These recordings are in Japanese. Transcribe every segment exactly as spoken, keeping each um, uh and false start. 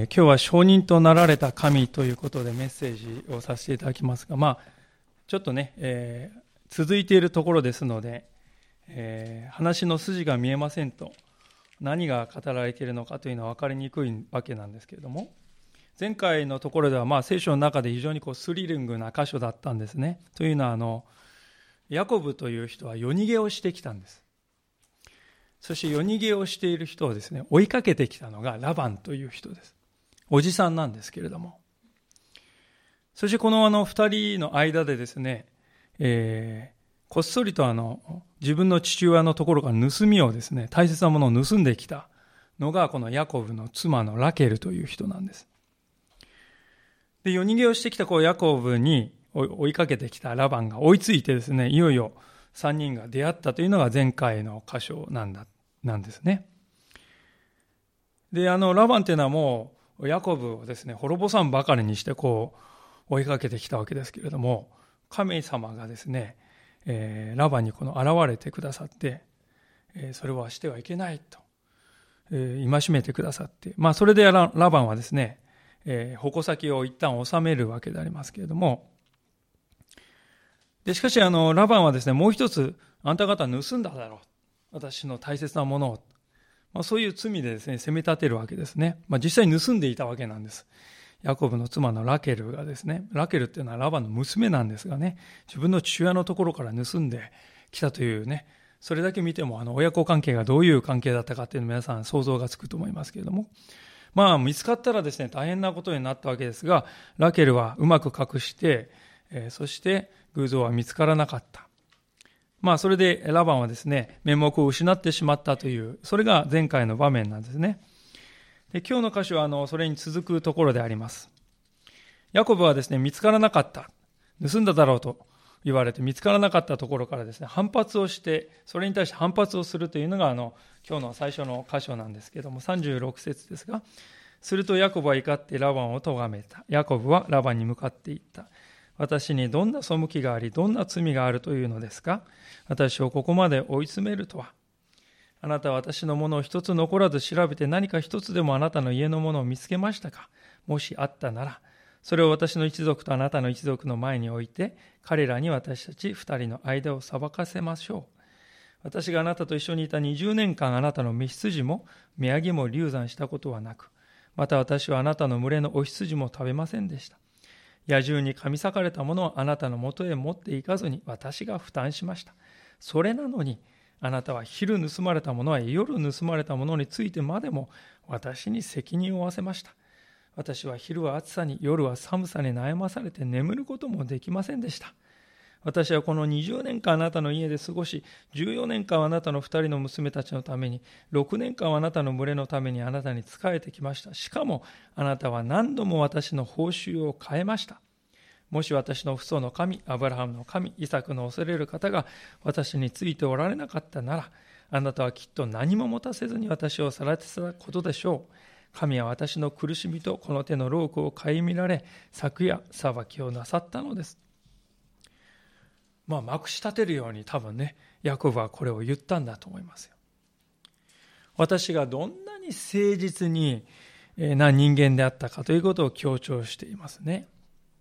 ー、今日は証人となられた神ということでメッセージをさせていただきますが、まあ、ちょっとね、えー、続いているところですので、えー、話の筋が見えませんと何が語られているのかというのは分かりにくいわけなんですけれども、前回のところでは、まあ、聖書の中で非常にこうスリリングな箇所だったんですね。というのはあのヤコブという人は夜逃げをしてきたんです。そして夜逃げをしている人をですね、追いかけてきたのがラバンという人です。おじさんなんですけれども。そしてこのあの二人の間でですね、えー、こっそりとあの自分の父親のところから盗みをですね、大切なものを盗んできたのがこのヤコブの妻のラケルという人なんです。で、夜逃げをしてきたこうヤコブに追いかけてきたラバンが追いついてですね、いよいよ三人が出会ったというのが前回の箇所なんだ、なんですね。で、あの、ラバンというのはもう、ヤコブをですね、滅ぼさんばかりにしてこう、追いかけてきたわけですけれども、神様がですね、えー、ラバンにこの現れてくださって、えー、それはしてはいけないと、えー、戒めてくださって、まあ、それでラ、ラバンはですね、えー、矛先を一旦収めるわけでありますけれども、でしかしあのラバンはですね、もう一つ、あんた方盗んだだろう、私の大切なものを、まあ、そういう罪でですね責め立てるわけですね。まあ、実際に盗んでいたわけなんです。ヤコブの妻のラケルがですね、ラケルっていうのはラバンの娘なんですがね、自分の父親のところから盗んできたというね、それだけ見てもあの親子関係がどういう関係だったかっていうのを皆さん想像がつくと思いますけれども、まあ見つかったらですね大変なことになったわけですが、ラケルはうまく隠して、えー、そして偶像は見つからなかった。まあそれでラバンはですね、面目を失ってしまったという、それが前回の場面なんですね。で、今日の箇所はあのそれに続くところであります。ヤコブはですね、見つからなかった、盗んだだろうと言われて見つからなかったところからですね、反発をして、それに対して反発をするというのがあの今日の最初の箇所なんですけれども、さんじゅうろく節ですが、するとヤコブは怒ってラバンを咎めた。ヤコブはラバンに向かって言った。私にどんな背きがあり、どんな罪があるというのですか？私をここまで追い詰めるとは。あなたは私のものを一つ残らず調べて、何か一つでもあなたの家のものを見つけましたか？もしあったなら、それを私の一族とあなたの一族の前に置いて、彼らに私たち二人の間を裁かせましょう。私があなたと一緒にいた二十年間、あなたの雌羊も目ヤギも流産したことはなく、また私はあなたの群れのお羊も食べませんでした。野獣に噛み裂かれたものをあなたのもとへ持っていかずに私が負担しました。それなのにあなたは昼盗まれたものは夜盗まれたものについてまでも私に責任を負わせました。私は昼は暑さに夜は寒さに悩まされて眠ることもできませんでした。私はこのにじゅうねんかんあなたの家で過ごし、じゅうよねんかんはあなたの二人の娘たちのために、ろくねんかんはあなたの群れのためにあなたに仕えてきました。しかもあなたは何度も私の報酬を変えました。もし私の父祖の神、アブラハムの神、イサクの恐れる方が私についておられなかったなら、あなたはきっと何も持たせずに私をさらってたことでしょう。神は私の苦しみとこの手の労苦を顧みられ、昨夜裁きをなさったのです。まあ、まくし立てるように多分ね、ヤコブはこれを言ったんだと思いますよ。私がどんなに誠実にな人間であったかということを強調していますね。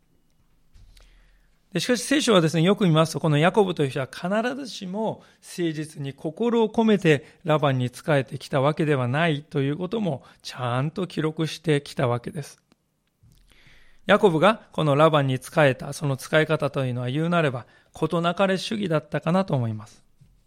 しかし聖書はですね、よく見ますと、このヤコブという人は必ずしも誠実に心を込めてラバンに仕えてきたわけではないということもちゃんと記録してきたわけです。ヤコブがこのラバンに仕えたその使い方というのは言うなれば事なかれ主義だったかなと思います。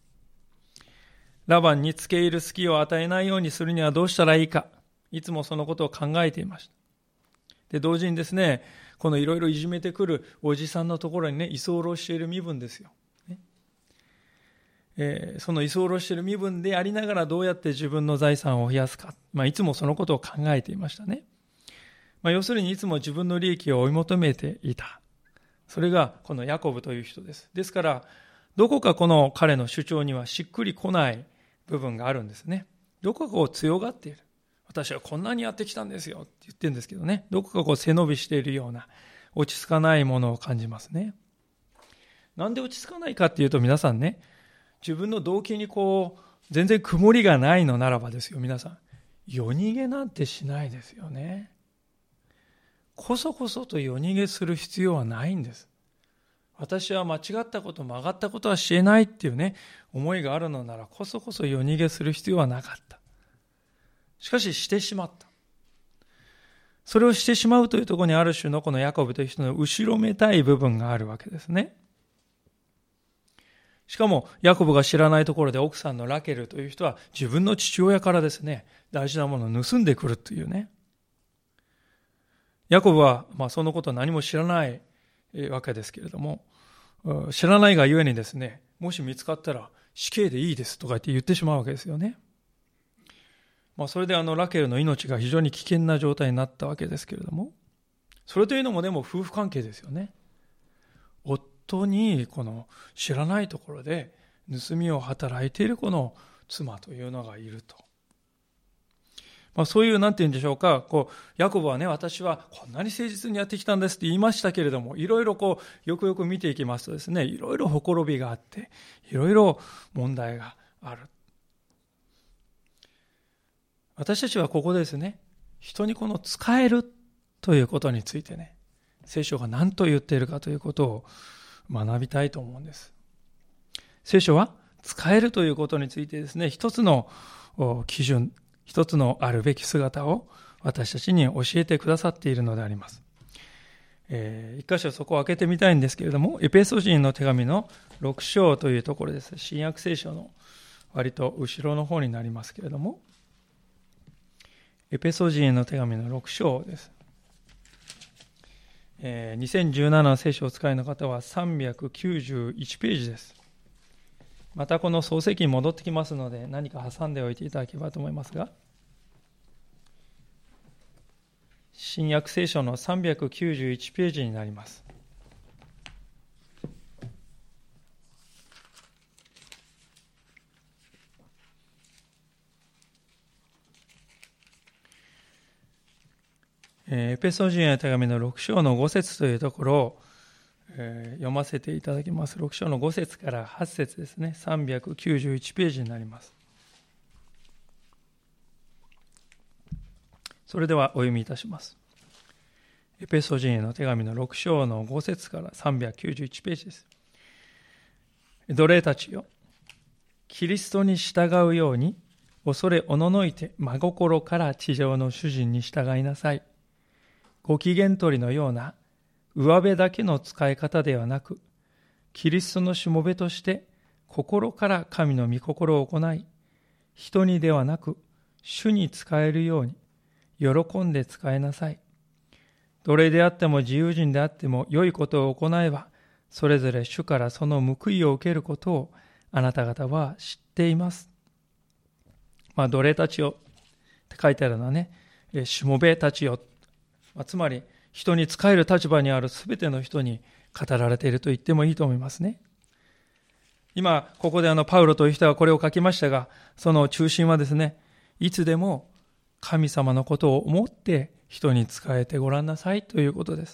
ラバンに付け入る隙を与えないようにするにはどうしたらいいか、いつもそのことを考えていました。で、同時にですね、このいろいろいじめてくるおじさんのところにね、居候している身分ですよ。ねえー、その居候している身分でありながらどうやって自分の財産を増やすか、まあ、いつもそのことを考えていましたね。まあ、要するにいつも自分の利益を追い求めていた。それがこのヤコブという人です。ですから、どこかこの彼の主張にはしっくりこない部分があるんですね。どこかこう強がっている。私はこんなにやってきたんですよって言ってるんですけどね。どこかこう背伸びしているような落ち着かないものを感じますね。なんで落ち着かないかっていうと、皆さんね、自分の動機にこう全然曇りがないのならばですよ、皆さん夜逃げなんてしないですよね。 こそこそと夜逃げする必要はないんです。私は間違ったこと、曲がったことはし得ないっていうね、思いがあるのなら、こそこそ夜逃げする必要はなかった。しかししてしまった。それをしてしまうというところにある種のこのヤコブという人の後ろめたい部分があるわけですね。しかもヤコブが知らないところで奥さんのラケルという人は自分の父親からですね、大事なものを盗んでくるというね。ヤコブはまあそのことを何も知らないわけですけれども、知らないがゆえにですね、もし見つかったら死刑でいいですとか言って言ってしまうわけですよね。まあ、それであのラケルの命が非常に危険な状態になったわけですけれども、それというのもでも夫婦関係ですよね。夫にこの知らないところで盗みを働いているこの妻というのがいると。まあ、そういうなんて言うんでしょうか、こうヤコブはね、私はこんなに誠実にやってきたんですって言いましたけれども、いろいろこうよくよく見ていきますとですね、いろいろほころびがあって、いろいろ問題がある。私たちはここでですね、人にこの使えるということについてね、聖書が何と言っているかということを学びたいと思うんです。聖書は使えるということについてですね、一つの基準、一つのあるべき姿を私たちに教えてくださっているのであります。えー、一箇所そこを開けてみたいんですけれども、エペソ人の手紙のろく章というところです。新約聖書の割と後ろの方になりますけれども、エペソ人への手紙のろく章です。えー、にせんじゅうななの聖書をお使いの方はさんびゃくきゅうじゅういちページです。またこの創世記に戻ってきますので、何か挟んでおいていただければと思いますが、新約聖書のさんびゃくきゅうじゅういちページになります。エペソ人への手紙のろく章のご節というところを、えー、読ませていただきます。ろく章のご節からはち節ですね。さんびゃくきゅうじゅういちページになります。それではお読みいたします。エペソ人への手紙のろく章のご節からさんびゃくきゅうじゅういちページです。奴隷たちよ、キリストに従うように恐れおののいて真心から地上の主人に従いなさい。ご機嫌取りのような上辺だけの使い方ではなく、キリストのしもべとして心から神の御心を行い、人にではなく主に仕えるように喜んで仕えなさい。奴隷であっても自由人であっても良いことを行えば、それぞれ主からその報いを受けることをあなた方は知っています。まあ、奴隷たちよって書いてあるのはね、しもべたちよ、まあ、つまり人に仕える立場にあるすべての人に語られていると言ってもいいと思いますね。今ここであのパウロという人がこれを書きましたが、その中心はですね、いつでも神様のことを思って人に仕えてごらんなさいということです。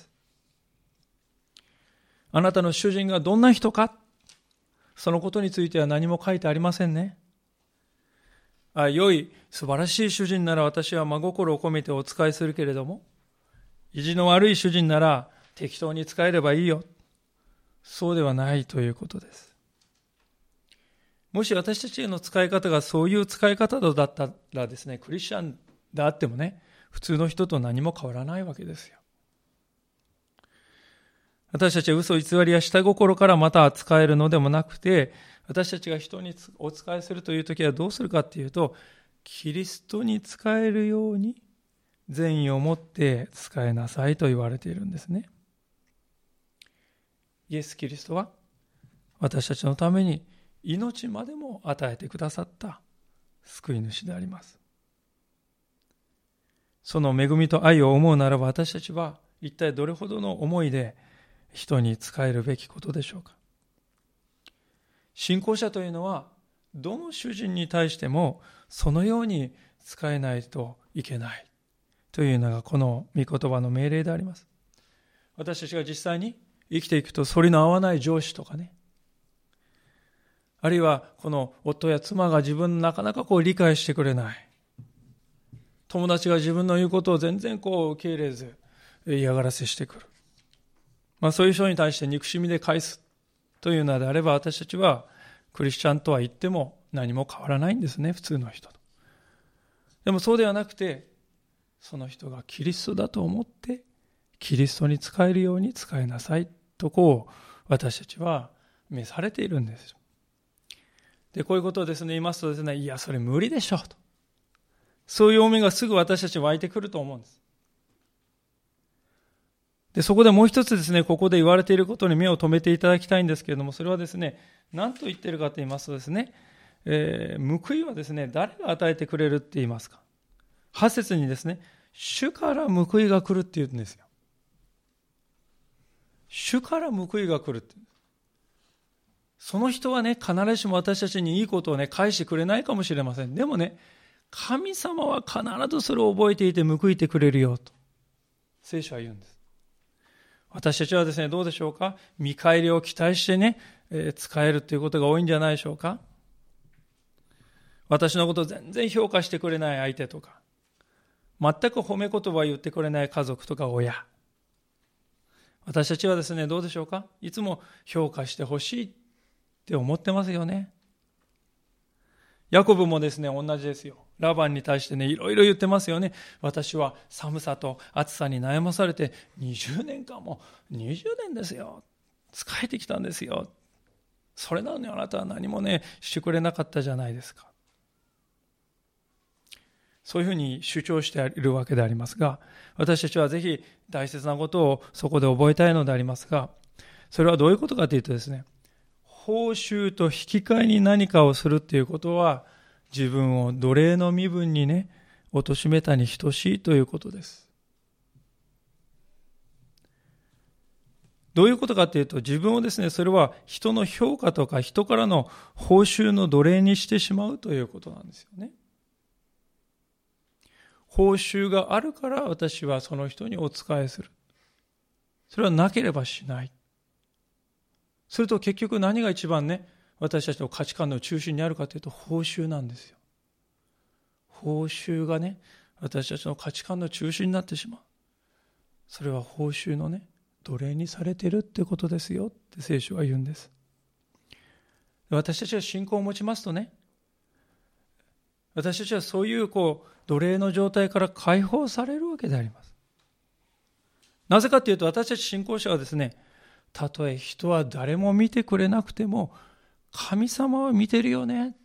あなたの主人がどんな人か、そのことについては何も書いてありませんね。あ、良い素晴らしい主人なら私は真心を込めてお仕えするけれども、意地の悪い主人なら適当に仕えればいいよ、そうではないということです。もし私たちへの使い方がそういう使い方だったらですね、クリスチャンであってもね、普通の人と何も変わらないわけですよ。私たちは嘘偽りや下心からまた使えるのでもなくて、私たちが人にお仕えするというときはどうするかというと、キリストに仕えるように善意を持って仕えなさいと言われているんですね。イエス・キリストは私たちのために命までも与えてくださった救い主であります。その恵みと愛を思うならば、私たちは一体どれほどの思いで人に仕えるべきことでしょうか。信仰者というのはどの主人に対してもそのように仕えないといけないというのがこの御言葉の命令であります。私たちが実際に生きていくと、反りの合わない上司とかね、あるいはこの夫や妻が自分なかなかこう理解してくれない、友達が自分の言うことを全然こう受け入れず、 嫌がらせしてくる。まあ、そういう人に対して憎しみで返すというのであれば、私たちはクリスチャンとは言っても何も変わらないんですね、普通の人と。でもそうではなくて、その人がキリストだと思ってキリストに仕えるように仕えなさいと、こう私たちは召されているんです。でこういうことをですね言いますとですね、いやそれ無理でしょと、そういう思いがすぐ私たち湧いてくると思うんです。でそこでもう一つですね、ここで言われていることに目を留めていただきたいんですけれども、それはですね、何と言っているかと言いますとですね、えー、報いはですね、誰が与えてくれるって言いますか。はち節にですね、主から報いが来るって言うんですよ。主から報いが来るって。その人はね、必ずしも私たちにいいことをね、返してくれないかもしれません。でもね、神様は必ずそれを覚えていて報いてくれるよと、聖書は言うんです。私たちはですね、どうでしょうか。見返りを期待してね、えー、使えるということが多いんじゃないでしょうか。私のことを全然評価してくれない相手とか、全く褒め言葉を言ってくれない家族とか親。私たちはですね、どうでしょうか。いつも評価してほしいって思ってますよね。ヤコブもですね、同じですよ。ラバンに対してね、いろいろ言ってますよね。私は寒さと暑さに悩まされてにじゅうねんかんも、にじゅうねんですよ。仕えてきたんですよ。それなのにあなたは何もね、してくれなかったじゃないですか。そういうふうに主張しているわけでありますが、私たちはぜひ大切なことをそこで覚えたいのでありますが、それはどういうことかというとですね、報酬と引き換えに何かをするということは、自分を奴隷の身分にね、貶めたに等しいということです。どういうことかというと、自分をですね、それは人の評価とか人からの報酬の奴隷にしてしまうということなんですよね。報酬があるから私はその人にお仕えする。それはなければしない。すると結局何が一番ね、私たちの価値観の中心にあるかというと報酬なんですよ。報酬がね、私たちの価値観の中心になってしまう。それは報酬のね、奴隷にされているってことですよって聖書は言うんです。私たちが信仰を持ちますとね、私たちはそういうこう奴隷の状態から解放されるわけであります。なぜかというと、私たち信仰者はですね、たとえ人は誰も見てくれなくても神様は見てるよね。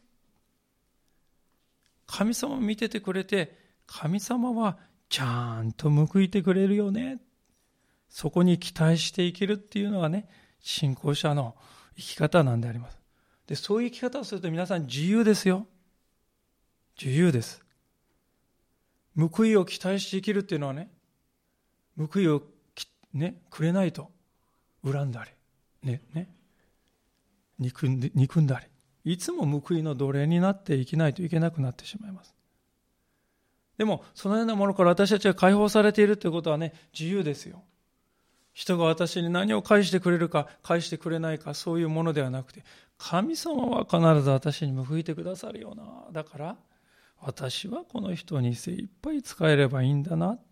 神様を見ててくれて、神様はちゃんと報いてくれるよね。そこに期待して生きるっていうのがね、信仰者の生き方なんであります。で、そういう生き方をすると皆さん自由ですよ。自由です。報いを期待して生きるっていうのはね、報いをね、くれないと恨んだり、ね、ね、憎んで、憎んだり、いつも報いの奴隷になって生きないといけなくなってしまいます。でも、そのようなものから私たちが解放されているということはね、自由ですよ。人が私に何を返してくれるか、返してくれないか、そういうものではなくて、神様は必ず私に報いてくださるよな。だから、私はこの人に精一杯使えればいいんだな。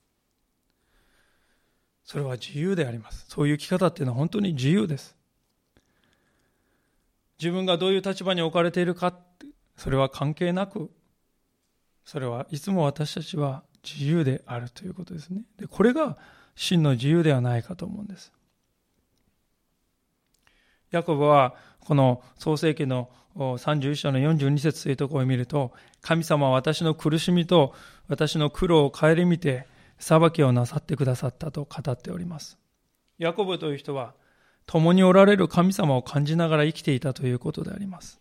それは自由であります。そういう生き方っていうのは本当に自由です。自分がどういう立場に置かれているか、それは関係なく、それはいつも私たちは自由であるということですね。で、これが真の自由ではないかと思うんです。ヤコブはこの創世記のさんじゅういっ章のよんじゅうに節というところを見ると、神様は私の苦しみと私の苦労を顧みて裁きをなさってくださったと語っております。ヤコブという人は共におられる神様を感じながら生きていたということであります。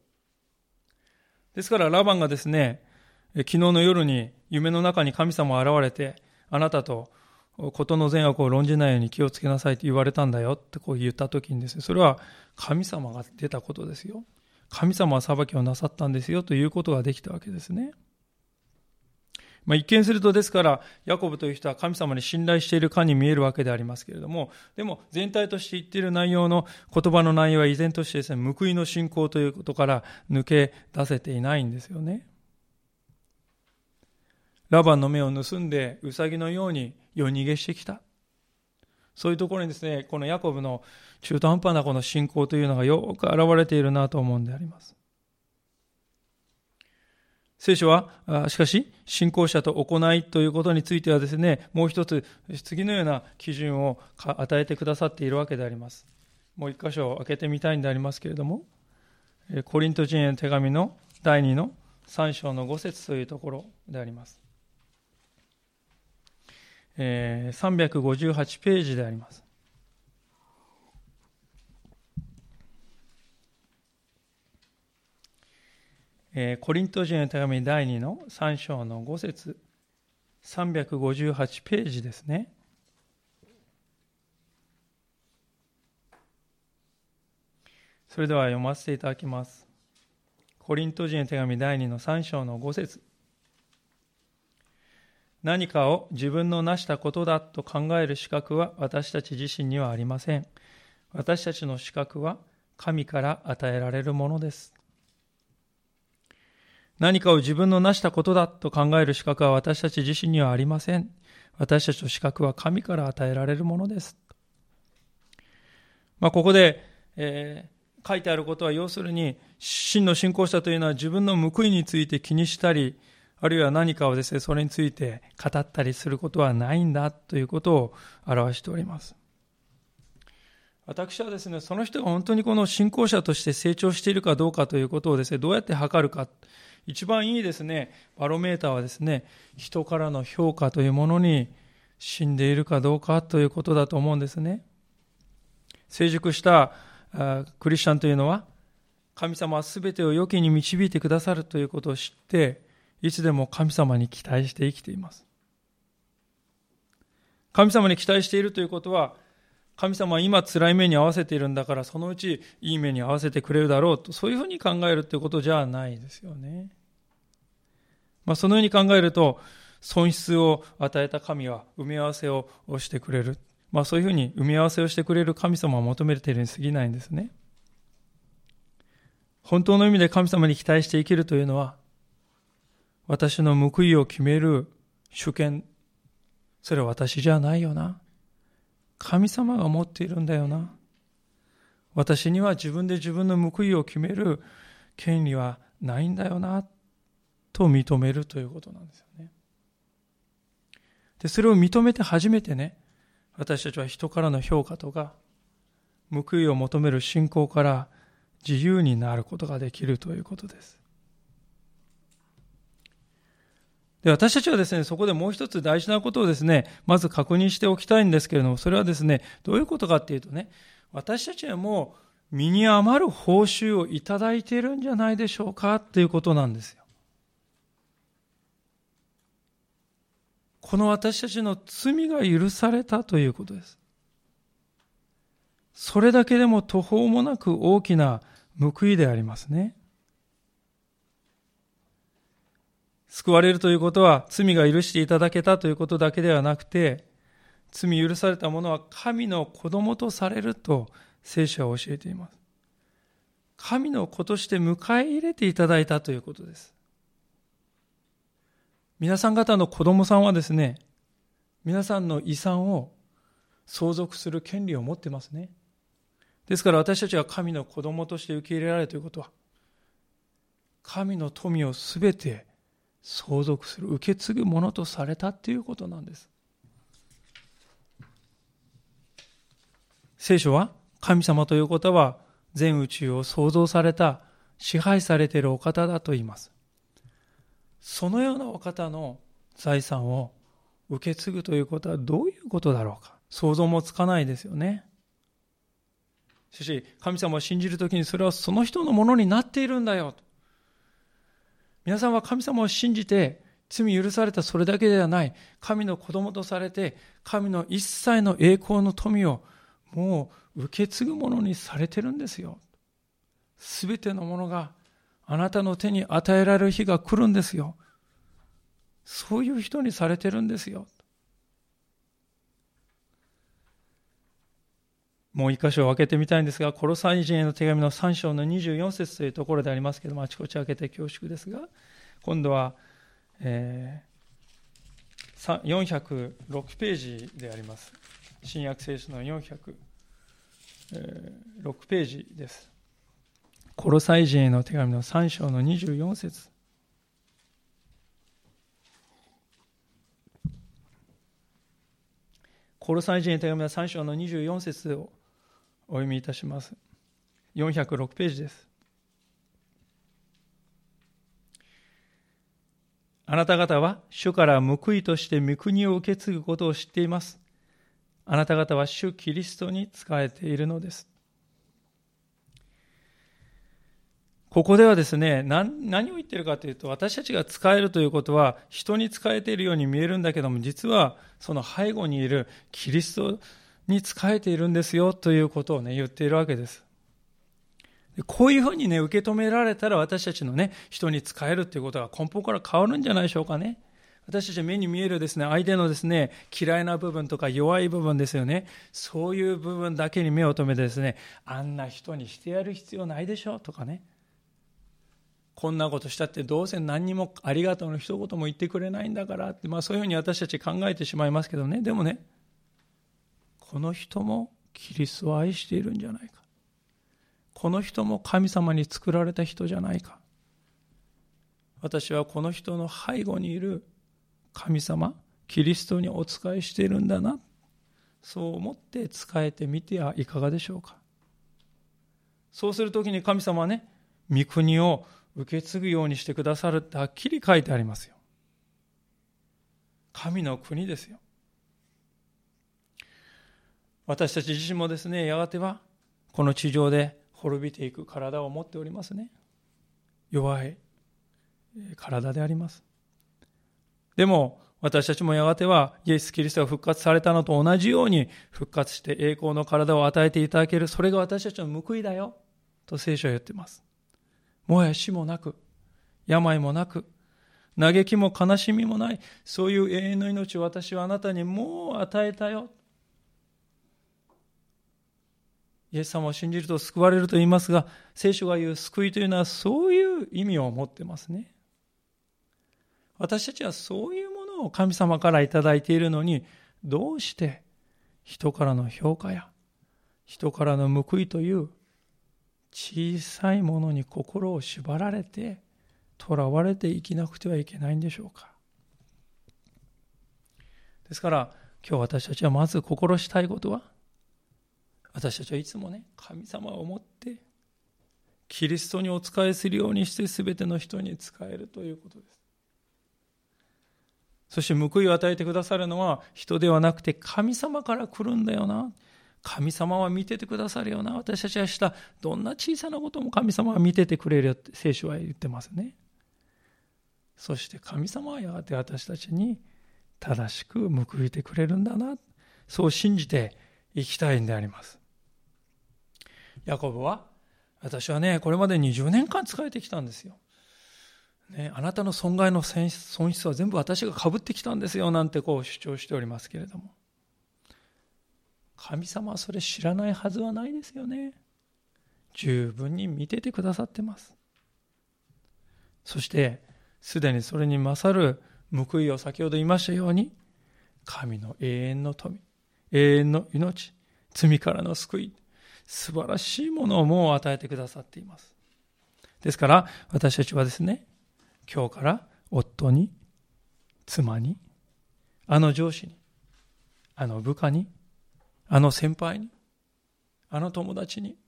ですからラバンがですね、昨日の夜に夢の中に神様が現れて、あなたと事の善悪を論じないように気をつけなさいと言われたんだよってこう言ったときにですね、それは神様が出たことですよ。神様は裁きをなさったんですよということができたわけですね。まあ、一見するとですからヤコブという人は神様に信頼しているかに見えるわけでありますけれども、でも全体として言っている内容の言葉の内容は依然としてですね、報いの信仰ということから抜け出せていないんですよね。ラバンの目を盗んでウサギのように夜逃げしてきた。そういうところにですね、このヤコブの中途半端なこの信仰というのがよく現れているなと思うんであります。聖書は、しかし、信仰者と行いということについてはですね、もう一つ、次のような基準を与えてくださっているわけであります。もう一箇所を開けてみたいんでありますけれども、コリント人への手紙のだいにのさん章のご節というところであります。えー、さんびゃくごじゅうはちページであります。えー、コリント人への手紙だいにのさん章のご節、さんびゃくごじゅうはちページですね。それでは読ませていただきます。コリント人への手紙だいにのさん章のご節。何かを自分の成したことだと考える資格は私たち自身にはありません。私たちの資格は神から与えられるものです。何かを自分の成したことだと考える資格は私たち自身にはありません。私たちの資格は神から与えられるものです。まあ、ここで、えー、書いてあることは要するに真の信仰者というのは自分の報いについて気にしたり、あるいは何かをですね、それについて語ったりすることはないんだということを表しております。私はですね、その人が本当にこの信仰者として成長しているかどうかということをですね、どうやって測るか。一番いいですね、バロメーターはですね、人からの評価というものに死んでいるかどうかということだと思うんですね。成熟したクリスチャンというのは、神様は全てを良きに導いてくださるということを知って、いつでも神様に期待して生きています。神様に期待しているということは、神様は今辛い目に合わせているんだから、そのうちいい目に合わせてくれるだろうと、そういうふうに考えるということじゃないですよね。まあ、そのように考えると、損失を与えた神は埋め合わせをしてくれる。まあ、そういうふうに埋め合わせをしてくれる神様を求めているに過ぎないんですね。本当の意味で神様に期待して生きるというのは、私の報いを決める主権、それは私じゃないよな。神様が持っているんだよな。私には自分で自分の報いを決める権利はないんだよな、と認めるということなんですよね。で、それを認めて初めてね、私たちは人からの評価とか、報いを求める信仰から自由になることができるということです。で、私たちはですね、そこでもう一つ大事なことをですね、まず確認しておきたいんですけれども、それはですね、どういうことかっていうとね、私たちはもう身に余る報酬をいただいているんじゃないでしょうかっていうことなんですよ。この私たちの罪が許されたということです。それだけでも途方もなく大きな報いでありますね。救われるということは罪が許していただけたということだけではなくて、罪許された者は神の子供とされると聖書は教えています。神の子として迎え入れていただいたということです。皆さん方の子供さんはですね、皆さんの遺産を相続する権利を持ってますね。ですから私たちは神の子供として受け入れられるということは、神の富をすべて相続する、受け継ぐものとされたということなんです。聖書は神様ということは全宇宙を創造された、支配されているお方だと言います。そのようなお方の財産を受け継ぐということはどういうことだろうか。想像もつかないですよね。しかし神様を信じるときにそれはその人のものになっているんだよ。皆さんは神様を信じて罪許されたそれだけではない、神の子供とされて神の一切の栄光の富をもう受け継ぐものにされてるんですよ。すべてのものがあなたの手に与えられる日が来るんですよ。そういう人にされてるんですよ。もう一箇所を開けてみたいんですが、コロサイ人への手紙のさん章のにじゅうよん節というところでありますけれども、あちこち開けて恐縮ですが、今度は、えー、 よんひゃくろくページであります。新約聖書のよんひゃくろくページです。コロサイ人への手紙のさん章のにじゅうよん節。コロサイ人への手紙のさん章のにじゅうよん節をお読みいたします。よんひゃくろくページです。あなた方は主から報いとして御国を受け継ぐことを知っています。あなた方は主キリストに仕えているのです。ここではですね、何、何を言っているかというと、私たちが仕えるということは人に仕えているように見えるんだけども、実はその背後にいるキリストに仕えているんですよということをね、言っているわけです。こういうふうにね、受け止められたら私たちのね、人に仕えるということが根本から変わるんじゃないでしょうかね。私たち目に見えるですね、相手のですね、嫌いな部分とか弱い部分ですよね。そういう部分だけに目を留めてですね、あんな人にしてやる必要ないでしょとかね。こんなことしたってどうせ何にもありがとうの一言も言ってくれないんだからって、まあそういうふうに私たち考えてしまいますけどね。でもね、この人もキリストを愛しているんじゃないか。この人も神様に作られた人じゃないか。私はこの人の背後にいる神様、キリストにお仕えしているんだな。そう思って仕えてみてはいかがでしょうか。そうするときに神様はね、御国を受け継ぐようにしてくださるってはっきり書いてありますよ。神の国ですよ。私たち自身もですね、やがてはこの地上で滅びていく体を持っておりますね。弱い体であります。でも私たちもやがてはイエス・キリストが復活されたのと同じように復活して栄光の体を与えていただける。それが私たちの報いだよと聖書は言っています。もはや死もなく、病もなく、嘆きも悲しみもない、そういう永遠の命を私はあなたにもう与えたよ。イエス様を信じると救われると言いますが、聖書が言う救いというのはそういう意味を持ってますね。私たちはそういうものを神様からいただいているのに、どうして人からの評価や人からの報いという小さいものに心を縛られて囚われて生きなくてはいけないんでしょうか。ですから今日私たちはまず心したいことは、私たちはいつもね、神様を思ってキリストにお仕えするようにして全ての人に仕えるということです。そして報いを与えてくださるのは人ではなくて神様から来るんだよな。神様は見ててくださるよな。私たちがしたどんな小さなことも神様は見ててくれるよって聖書は言ってますね。そして神様はやがて私たちに正しく報いてくれるんだな。そう信じて生きたいんであります。ヤコブは、私はね、これまでにじゅうねんかん仕えてきたんですよ。ね、あなたの損害の損失は全部私が被ってきたんですよなんてこう主張しておりますけれども、神様はそれ知らないはずはないですよね。十分に見ててくださってます。そしてすでにそれに勝る報いを先ほど言いましたように、神の永遠の富、永遠の命、罪からの救い、素晴らしいものをもう与えてくださっています。ですから私たちはですね、今日から夫に、妻に、あの上司に、あの部下に、あの先輩に、あの友達に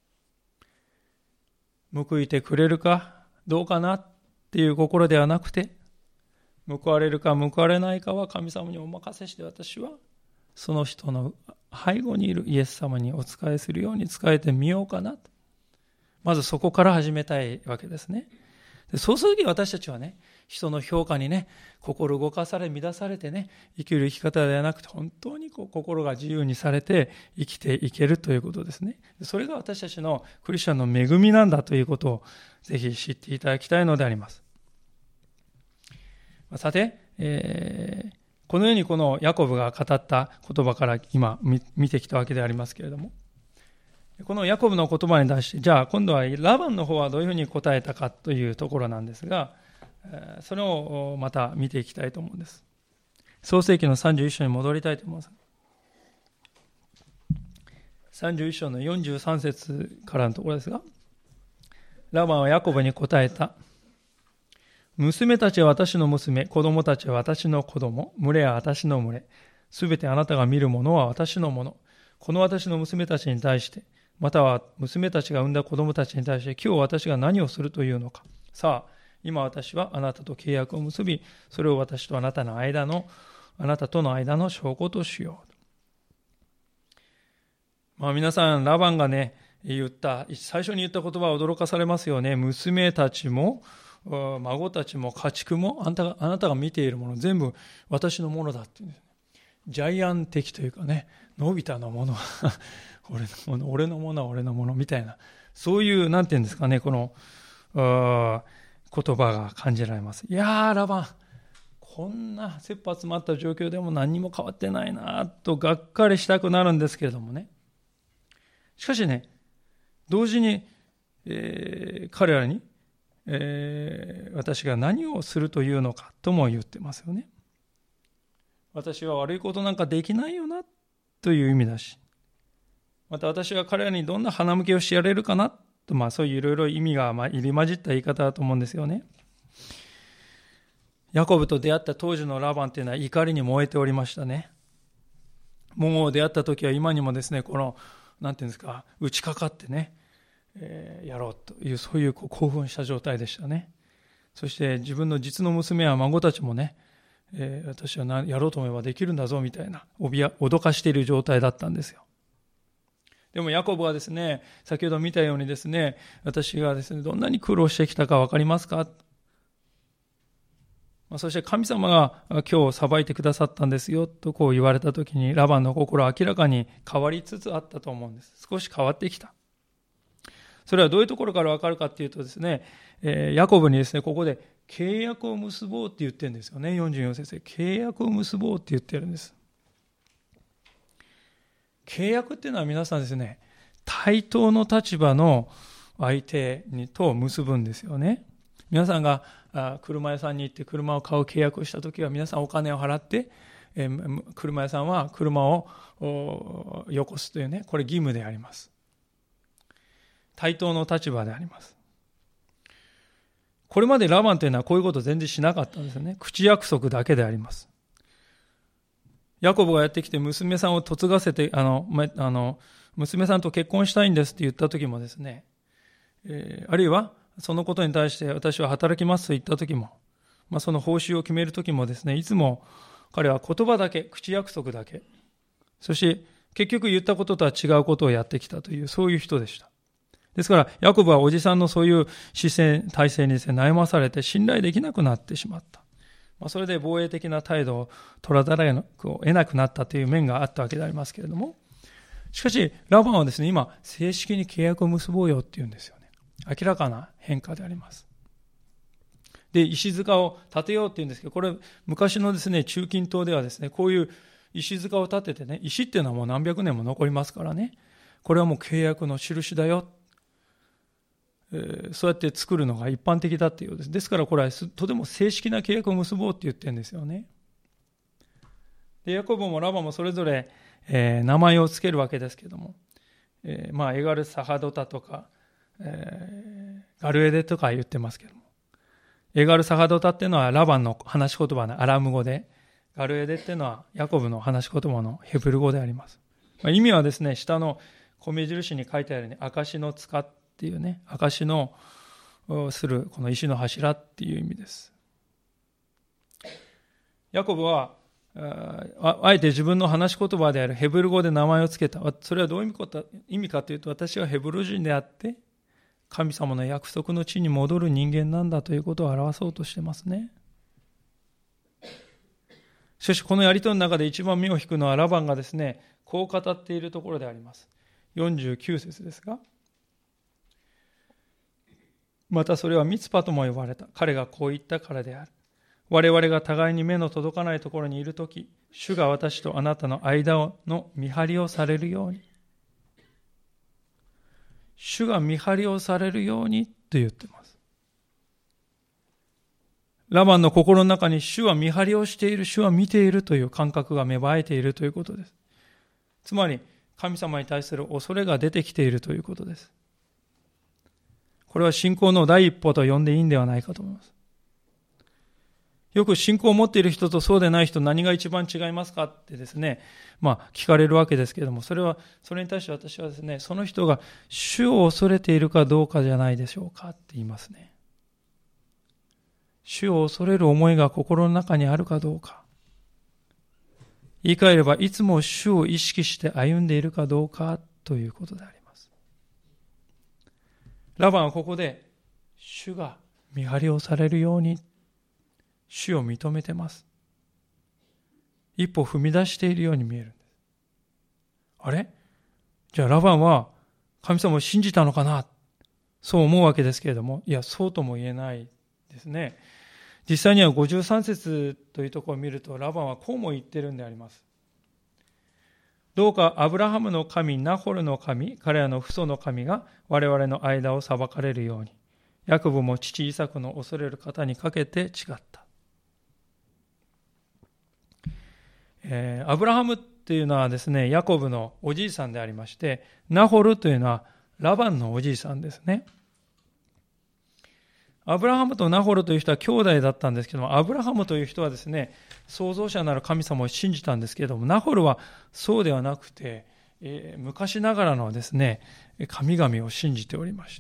報いてくれるかどうかなっていう心ではなくて、報われるか報われないかは神様にお任せして、私はその人の背後にいるイエス様にお仕えするように仕えてみようかなと。まずそこから始めたいわけですね。でそうするとき私たちはね、人の評価にね、心動かされ乱されてね、生きる生き方ではなくて、本当にこう心が自由にされて生きていけるということですね。それが私たちのクリスチャンの恵みなんだということをぜひ知っていただきたいのであります。さて、えー、このようにこのヤコブが語った言葉から今見てきたわけでありますけれども、このヤコブの言葉に対して、じゃあ今度はラバンの方はどういうふうに答えたかというところなんですが、それをまた見ていきたいと思うんです。 創世記のさんじゅういっ章に戻りたいと思います。さんじゅういっ章のよんじゅうさん節からのところですが、ラバンはヤコブに答えた。娘たちは私の娘、子供たちは私の子供、群れは私の群れ、すべてあなたが見るものは私のもの。この私の娘たちに対して、または娘たちが産んだ子供たちに対して、今日私が何をするというのか。さあ、今私はあなたと契約を結び、それを私とあなたの間の、あなたとの間の証拠としよう。まあ皆さん、ラバンがね、言った、最初に言った言葉は驚かされますよね。娘たちも、孫たちも家畜もあなたが、あなたが見ているもの全部私のものだっていうんですね。ジャイアン的というかね、のび太のものは俺のもの、俺のものは俺のものみたいな、そういうなんていうんですかね、この言葉が感じられます。いやーラバン、こんな切羽詰まった状況でも何にも変わってないなとがっかりしたくなるんですけれどもね。しかしね、同時に、えー、彼らにえー、私が何をするというのかとも言ってますよね。私は悪いことなんかできないよなという意味だし、また私は彼らにどんな鼻向けをしてやれるかなと、まあそういういろいろ意味が入り混じった言い方だと思うんですよね。ヤコブと出会った当時のラバンというのは怒りに燃えておりましたね。もう出会った時は今にもですね、このなんていうんですか、打ちかかってね、えー、やろうという、そういう興奮した状態でしたね。そして自分の実の娘や孫たちもね、えー、私はやろうと思えばできるんだぞみたいな脅かしている状態だったんですよ。でもヤコブはですね、先ほど見たようにですね、私がですね、どんなに苦労してきたか分かりますか。まあ、そして神様が今日裁いてくださったんですよとこう言われたときに、ラバンの心は明らかに変わりつつあったと思うんです。少し変わってきた。それはどういうところから分かるかっていうとですね、えー、ヤコブにですね、ここで契約を結ぼうって言ってるんですよね。よんじゅうよん節で契約を結ぼうって言ってるんです。契約っていうのは皆さんですね、対等の立場の相手にと結ぶんですよね。皆さんが車屋さんに行って車を買う契約をしたときは、皆さんお金を払って、えー、車屋さんは車をよこすというね、これ義務であります。対等の立場であります。これまでラバンというのはこういうことを全然しなかったんですよね。口約束だけであります。ヤコブがやってきて娘さんを嫁がせて、あの、あの娘さんと結婚したいんですって言った時もですね、えー、あるいはそのことに対して私は働きますと言った時も、まあ、その報酬を決める時もですね、いつも彼は言葉だけ、口約束だけ、そして結局言ったこととは違うことをやってきたという、そういう人でした。ですから、ヤコブはおじさんのそういう姿勢、体制にですね、悩まされて信頼できなくなってしまった。まあ、それで防衛的な態度を取らざるを得なくなったという面があったわけでありますけれども、しかし、ラバンはですね、今、正式に契約を結ぼうよって言うんですよね。明らかな変化であります。で、石塚を建てようって言うんですけど、これ、昔のですね、中近東ではですね、こういう石塚を建ててね、石っていうのはもう何百年も残りますからね、これはもう契約の印だよ。そうやって作るのが一般的だっていうようです。ですからこれはとても正式な契約を結ぼうって言ってるんですよね。でヤコブもラバもそれぞれ、えー、名前をつけるわけですけども、えー、まあエガルサハドタとか、えー、ガルエデとか言ってますけども、エガルサハドタっていうのはラバンの話し言葉のアラム語で、ガルエデっていうのはヤコブの話し言葉のヘブル語であります。まあ、意味はですね、下の米印に書いてあるように証の塚っていうね、証のするこの石の柱っていう意味です。ヤコブはああえて自分の話し言葉であるヘブル語で名前をつけた。それはどういう意味かというと、私はヘブル人であって神様の約束の地に戻る人間なんだということを表そうとしてますね。しかしこのやりとりの中で一番目を引くのはラバンがですね、こう語っているところであります。よんじゅうきゅう節ですが、またそれはミツパとも呼ばれた。彼がこう言ったからである。我々が互いに目の届かないところにいるとき、主が私とあなたの間の見張りをされるように。主が見張りをされるようにと言っています。 ラバンの心の中に主は見張りをしている、主は見ているという感覚が芽生えているということです。つまり、神様に対する恐れが出てきているということです。これは信仰の第一歩と呼んでいいんではないかと思います。よく信仰を持っている人とそうでない人、何が一番違いますかってですね、まあ聞かれるわけですけれども、それは、それに対して私はですね、その人が主を恐れているかどうかじゃないでしょうかって言いますね。主を恐れる思いが心の中にあるかどうか。言い換えれば、いつも主を意識して歩んでいるかどうかということであります。ラバンはここで、主が見張りをされるように、主を認めてます。一歩踏み出しているように見えるんです。あれ？じゃあラバンは神様を信じたのかな？そう思うわけですけれども、いや、そうとも言えないですね。実際にはごじゅうさん節というところを見ると、ラバンはこうも言ってるんであります。どうかアブラハムの神、ナホルの神、彼らの父祖の神が我々の間を裁かれるように、ヤコブも父イサクの恐れる方にかけて違った。えー、アブラハムっていうのはですね、ヤコブのおじいさんでありまして、ナホルというのはラバンのおじいさんですね。アブラハムとナホルという人は兄弟だったんですけども、アブラハムという人はですね、創造者なる神様を信じたんですけれども、ナホルはそうではなくて、えー、昔ながらのですね、神々を信じておりました。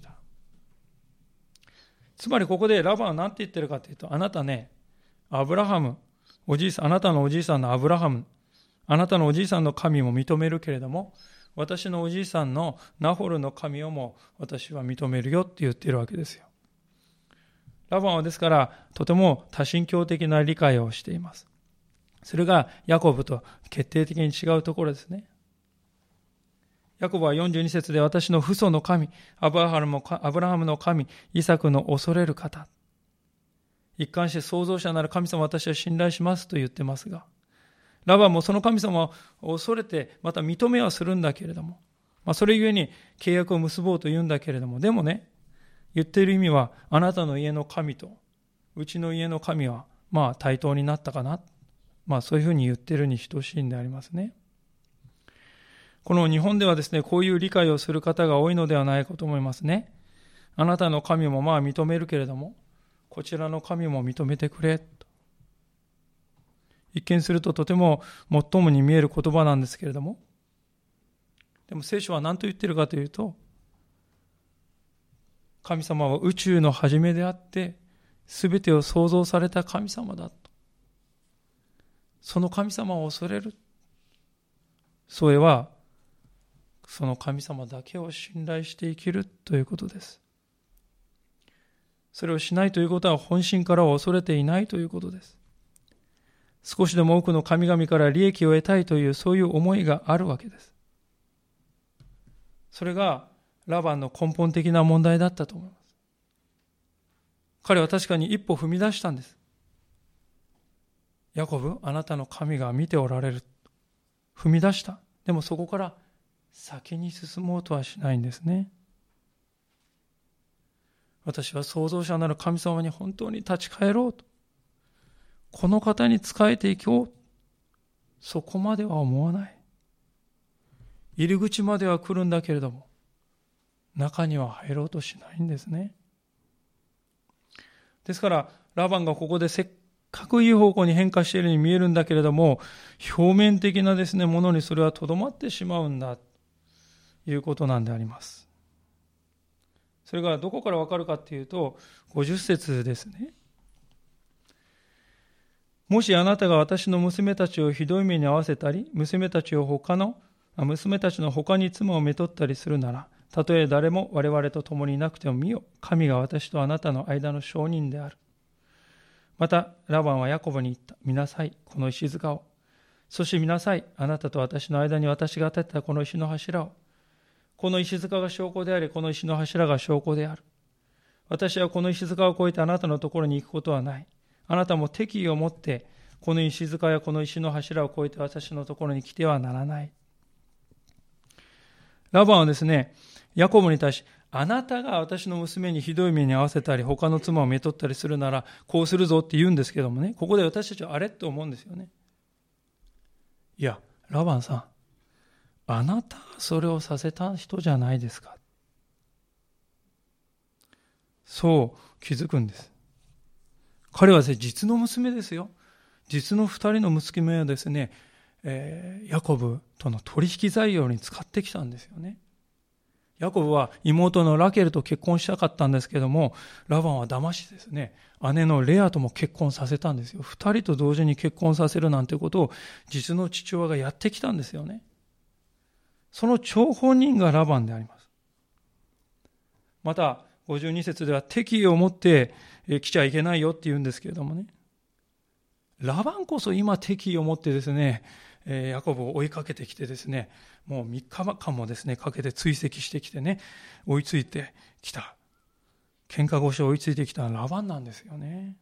つまりここでラバンは何て言ってるかというと、あなたね、アブラハム、おじいさん、あなたのおじいさんのアブラハム、あなたのおじいさんの神も認めるけれども、私のおじいさんのナホルの神をも私は認めるよって言っているわけですよ。ラバンはですからとても多神教的な理解をしています。それがヤコブと決定的に違うところですね。ヤコブはよんじゅうに節で私の父祖の神、アブラハム、アブラハムの神、イサクの恐れる方。一貫して創造者なる神様を私は信頼しますと言ってますが、ラバンもその神様を恐れてまた認めはするんだけれども、まあ、それゆえに契約を結ぼうと言うんだけれども、でもね、言っている意味は、あなたの家の神とうちの家の神はまあ対等になったかな、まあそういうふうに言っているに等しいんでありますね。この日本ではですね、こういう理解をする方が多いのではないかと思いますね。あなたの神もまあ認めるけれども、こちらの神も認めてくれと。一見するととてももっともに見える言葉なんですけれども、でも聖書は何と言っているかというと、神様は宇宙の始めであって全てを創造された神様だと。その神様を恐れる。それはその神様だけを信頼して生きるということです。それをしないということは本心からは恐れていないということです。少しでも多くの神々から利益を得たいというそういう思いがあるわけです。それがラバンの根本的な問題だったと思います。彼は確かに一歩踏み出したんです。ヤコブ、あなたの神が見ておられる。踏み出した。でもそこから先に進もうとはしないんですね。私は創造者なる神様に本当に立ち返ろうと。この方に仕えていこう。そこまでは思わない。入り口までは来るんだけれども、中には入ろうとしないんですね。ですから、ラバンがここでせっかくいい方向に変化しているように見えるんだけれども、表面的なですね、ものにそれはとどまってしまうんだ、ということなんであります。それがどこからわかるかというと、ごじゅっ節ですね。もしあなたが私の娘たちをひどい目に遭わせたり、娘たちを他の、娘たちの他に妻をめとったりするなら、たとえ誰も我々と共にいなくても見よ、神が私とあなたの間の証人である。またラバンはヤコブに言った。見なさい、この石塚を。そして見なさい、あなたと私の間に私が建てたこの石の柱を。この石塚が証拠であり、この石の柱が証拠である。私はこの石塚を越えてあなたのところに行くことはない。あなたも敵意を持ってこの石塚やこの石の柱を越えて私のところに来てはならない。ラバンはですね、ヤコブに対し、 あなたが私の娘にひどい目に遭わせたり、他の妻をめとったりするなら、こうするぞって言うんですけどもね、ここで私たちはあれって思うんですよね。いや、ラバンさん、あなたがそれをさせた人じゃないですか。そう気づくんです。彼は実の娘ですよ。実の二人の娘はですね、えー、ヤコブとの取引材料に使ってきたんですよね。ヤコブは妹のラケルと結婚したかったんですけども、ラバンは騙しですね、姉のレアとも結婚させたんですよ。二人と同時に結婚させるなんてことを実の父親がやってきたんですよね。その張本人がラバンであります。またごじゅうに節では敵意を持って来ちゃいけないよって言うんですけれどもね、ラバンこそ今敵意を持ってですね、ヤコブを追いかけてきてですね、もうみっかかんもですねかけて追跡してきてね、追いついてきた、喧嘩腰を追いついてきたラバンなんですよね。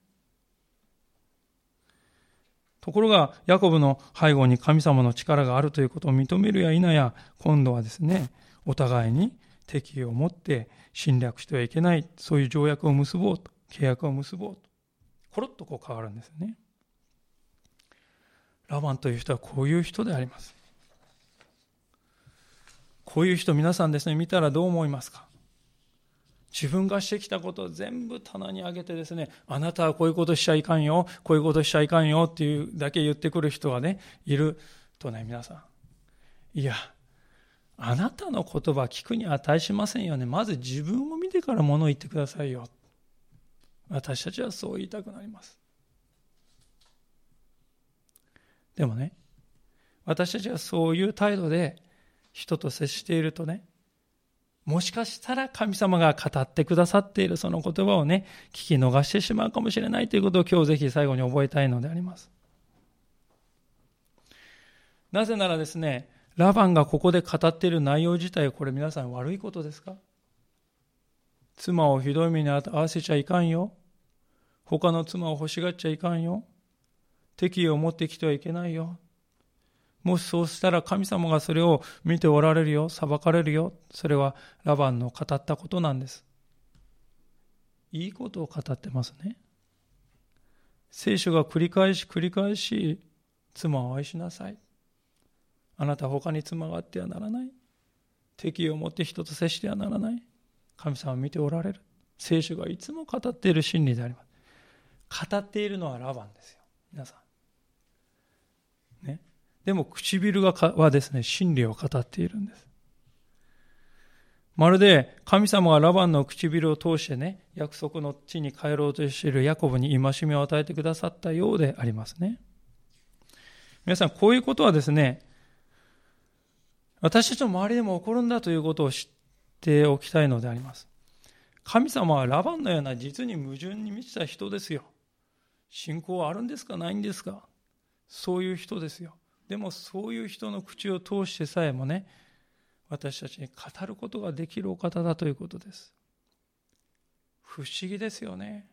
ところがヤコブの背後に神様の力があるということを認めるや否や、今度はですね、お互いに敵意を持って侵略してはいけない、そういう条約を結ぼうと、契約を結ぼうと、コロッとこう変わるんですよね。ラバンという人はこういう人であります。こういう人、皆さんですね、見たらどう思いますか？自分がしてきたことを全部棚に上げてですね、あなたはこういうことしちゃいかんよ、こういうことしちゃいかんよっていうだけ言ってくる人がね、いるとね、皆さん。いや、あなたの言葉聞くに値しませんよね。まず自分を見てから物を言ってくださいよ。私たちはそう言いたくなります。でもね、私たちはそういう態度で人と接しているとね、もしかしたら神様が語ってくださっているその言葉をね、聞き逃してしまうかもしれないということを今日ぜひ最後に覚えたいのであります。なぜならですね、ラバンがここで語っている内容自体、これ皆さん悪いことですか？妻をひどい目に遭わせちゃいかんよ。他の妻を欲しがっちゃいかんよ。敵意を持ってきてはいけないよ。もしそうしたら神様がそれを見ておられるよ、裁かれるよ。それはラバンの語ったことなんです。いいことを語ってますね。聖書が繰り返し繰り返し、妻を愛しなさい。あなた他に妻があってはならない。敵意を持って人と接してはならない。神様を見ておられる。聖書がいつも語っている真理であります。語っているのはラバンですよ。皆さん。ね。でも唇がはですね、真理を語っているんです。まるで神様がラバンの唇を通してね、約束の地に帰ろうとしているヤコブに戒めを与えてくださったようでありますね。皆さん、こういうことはですね、私たちの周りでも起こるんだということを知っておきたいのであります。神様はラバンのような実に矛盾に満ちた人ですよ。信仰はあるんですか、ないんですか。そういう人ですよ。でもそういう人の口を通してさえもね、私たちに語ることができるお方だということです。不思議ですよね。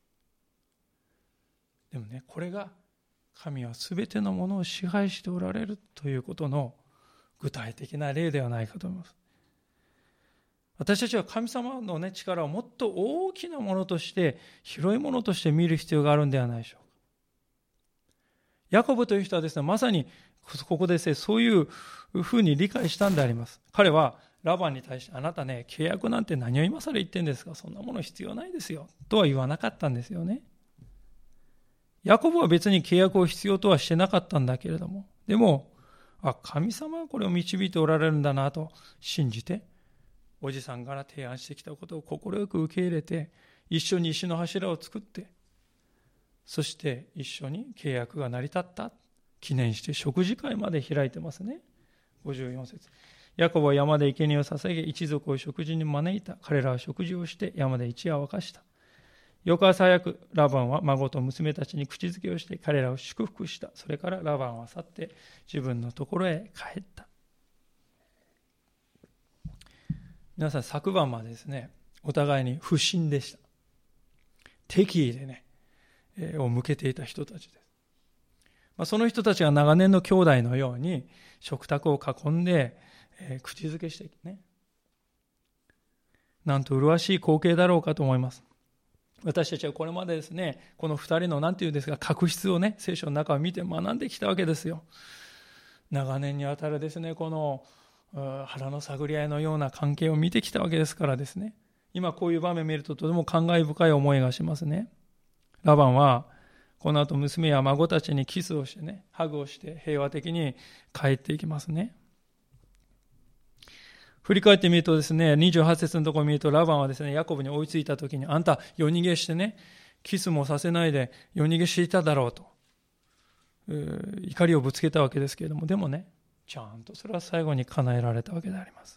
でもね、これが神はすべてのものを支配しておられるということの具体的な例ではないかと思います。私たちは神様の、ね、力をもっと大きなものとして、広いものとして見る必要があるんではないでしょうか。ヤコブという人はですね、まさにここでですね、そういうふうに理解したんであります。彼はラバンに対して、あなたね、契約なんて何を今更言ってんですか、そんなもの必要ないですよとは言わなかったんですよね。ヤコブは別に契約を必要とはしてなかったんだけれども、でもあ、神様はこれを導いておられるんだなと信じて、おじさんから提案してきたことを快く受け入れて、一緒に石の柱を作って、そして一緒に契約が成り立った記念して食事会まで開いてますね。ごじゅうよん節。ヤコブは山で生贄を捧げ、一族を食事に招いた。彼らは食事をして山で一夜を明かした。翌朝早くラバンは孫と娘たちに口づけをして彼らを祝福した。それからラバンは去って自分のところへ帰った。皆さん、昨晩までですね、お互いに不信でした。敵意でね、えー、を向けていた人たちです。まあ、その人たちが長年の兄弟のように食卓を囲んで、えー、口づけしてね、 なんと麗しい光景だろうかと思います。私たちはこれまでですね、この二人の何て言うんですか、確執をね、聖書の中を見て学んできたわけですよ。長年にわたるですね、この腹の探り合いのような関係を見てきたわけですからですね、今こういう場面を見るととても感慨深い思いがしますね。ラバンはこの後娘や孫たちにキスをしてね、ハグをして平和的に帰っていきますね。振り返ってみるとですね、にじゅうはち節のところを見ると、ラバンはですね、ヤコブに追いついたときに、あんた夜逃げしてね、キスもさせないで夜逃げしていただろうと、怒りをぶつけたわけですけれども、でもね、ちゃんとそれは最後に叶えられたわけであります。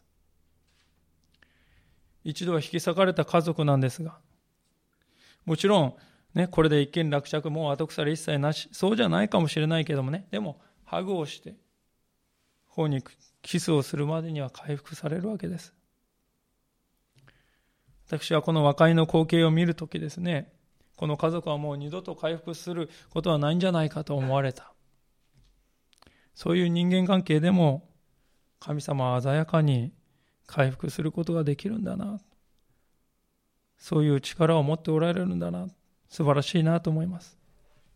一度は引き裂かれた家族なんですが、もちろん、ね、これで一件落着、もう後腐れ一切なし、そうじゃないかもしれないけどもね、でも、ハグをして、頬にキスをするまでには回復されるわけです。私はこの和解の光景を見るときですね、この家族はもう二度と回復することはないんじゃないかと思われた。そういう人間関係でも神様は鮮やかに回復することができるんだな。そういう力を持っておられるんだな。素晴らしいなと思います。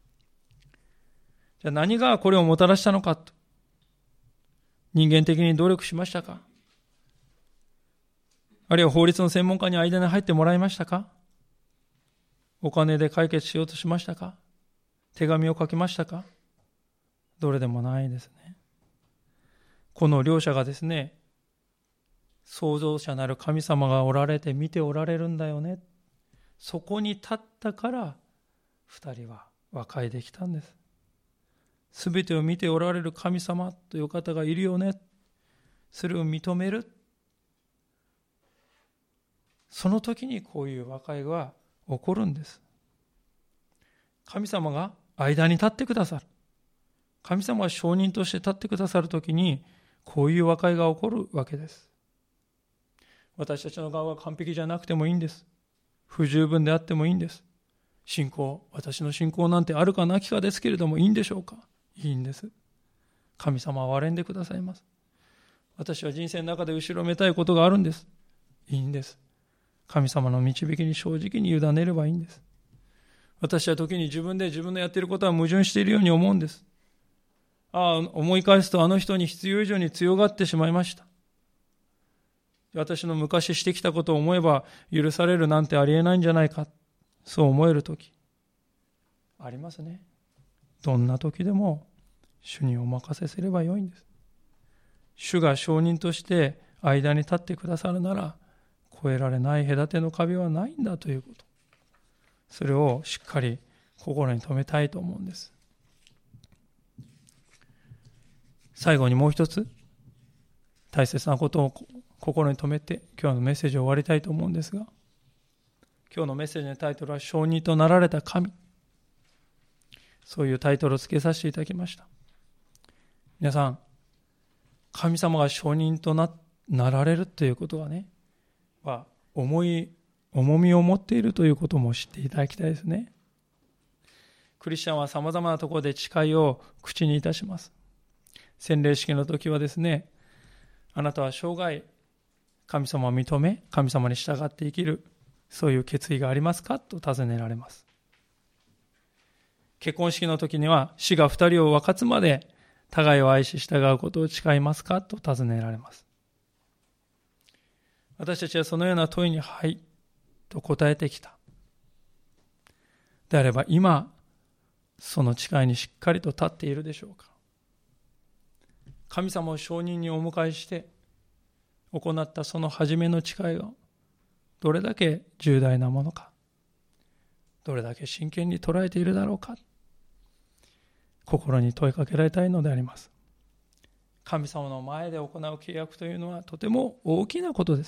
じゃあ何がこれをもたらしたのかと。人間的に努力しましたか？あるいは法律の専門家に間に入ってもらいましたか？お金で解決しようとしましたか？手紙を書きましたか？どれでもないですね。この両者がですね、創造者なる神様がおられて見ておられるんだよね。そこに立ったから二人は和解できたんです。すべてを見ておられる神様という方がいるよね。それを認める。その時にこういう和解が起こるんです。神様が間に立ってくださる。神様が証人として立ってくださる時にこういう和解が起こるわけです。私たちの側は完璧じゃなくてもいいんです。不十分であってもいいんです。信仰、私の信仰なんてあるかなきかですけれどもいいんでしょうか？いいんです。神様は憐れんでくださいます。私は人生の中で後ろめたいことがあるんです。いいんです。神様の導きに正直に委ねればいいんです。私は時に自分で自分のやっていることは矛盾しているように思うんです。ああ、思い返すとあの人に必要以上に強がってしまいました。私の昔してきたことを思えば許されるなんてありえないんじゃないか。そう思える時ありますね。どんな時でも主にお任せすればよいんです。主が証人として間に立ってくださるなら越えられない隔ての壁はないんだということ。それをしっかり心に留めたいと思うんです。最後にもう一つ大切なことを心に留めて今日のメッセージを終わりたいと思うんですが、今日のメッセージのタイトルは証人となられた神、そういうタイトルを付けさせていただきました。皆さん、神様が証人と な, なられるということはね、は重い重みを持っているということも知っていただきたいですね。クリスチャンはさまざまなところで誓いを口にいたします。洗礼式の時はですね、あなたは生涯神様を認め、神様に従って生きる、そういう決意がありますかと尋ねられます。結婚式の時には死が二人を分かつまで互いを愛し従うことを誓いますかと尋ねられます。私たちはそのような問いにはいと答えてきた。であれば今その誓いにしっかりと立っているでしょうか。神様を証人にお迎えして行ったその初めの誓いがどれだけ重大なものか、どれだけ真剣に捉えているだろうか、心に問いかけられたいのであります。神様の前で行う契約というのはとても大きなことです。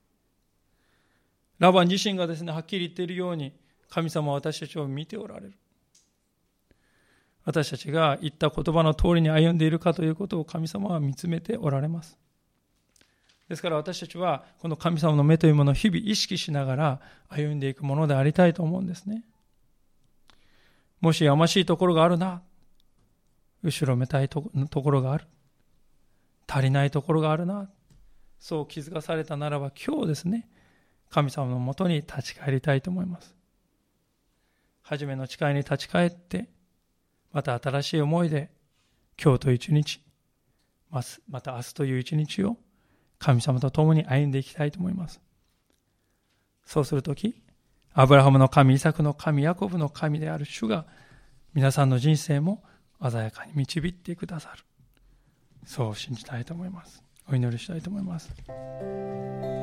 ラバン自身がですね、はっきり言っているように、神様は私たちを見ておられる。私たちが言った言葉の通りに歩んでいるかということを神様は見つめておられます。ですから私たちはこの神様の目というものを日々意識しながら歩んでいくものでありたいと思うんですね。もしやましいところがあるな、後ろめたいところがある、足りないところがあるな、そう気づかされたならば今日ですね、 神様のもとに立ち返りたいと思います。はじめの誓いに立ち返って、また新しい思いで今日という一日、また明日という一日を神様と共に歩んでいきたいと思います。そうするとき、アブラハムの神、イサクの神、ヤコブの神である主が皆さんの人生も鮮やかに導いてくださる。そう信じたいと思います。お祈りしたいと思います。